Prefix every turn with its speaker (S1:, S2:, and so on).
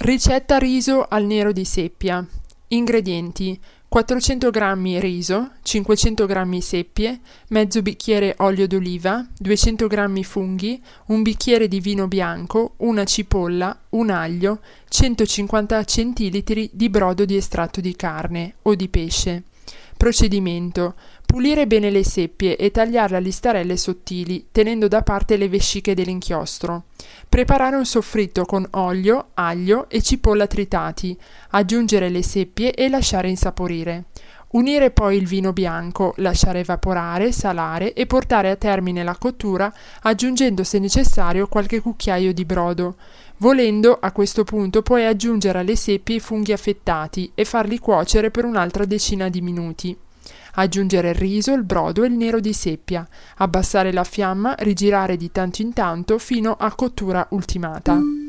S1: Ricetta riso al nero di seppia. Ingredienti: 400 g riso, 500 g seppie, mezzo bicchiere olio d'oliva, 200 g funghi, un bicchiere di vino bianco, una cipolla, un aglio, 150 centilitri di brodo di estratto di carne o di pesce. Procedimento: pulire bene le seppie e tagliarle a listarelle sottili, tenendo da parte le vesciche dell'inchiostro. Preparare un soffritto con olio, aglio e cipolla tritati, aggiungere le seppie e lasciare insaporire. Unire poi il vino bianco, lasciare evaporare, salare e portare a termine la cottura aggiungendo se necessario qualche cucchiaio di brodo. Volendo, a questo punto puoi aggiungere alle seppie i funghi affettati e farli cuocere per un'altra decina di minuti. Aggiungere il riso, il brodo e il nero di seppia. Abbassare la fiamma, rigirare di tanto in tanto fino a cottura ultimata.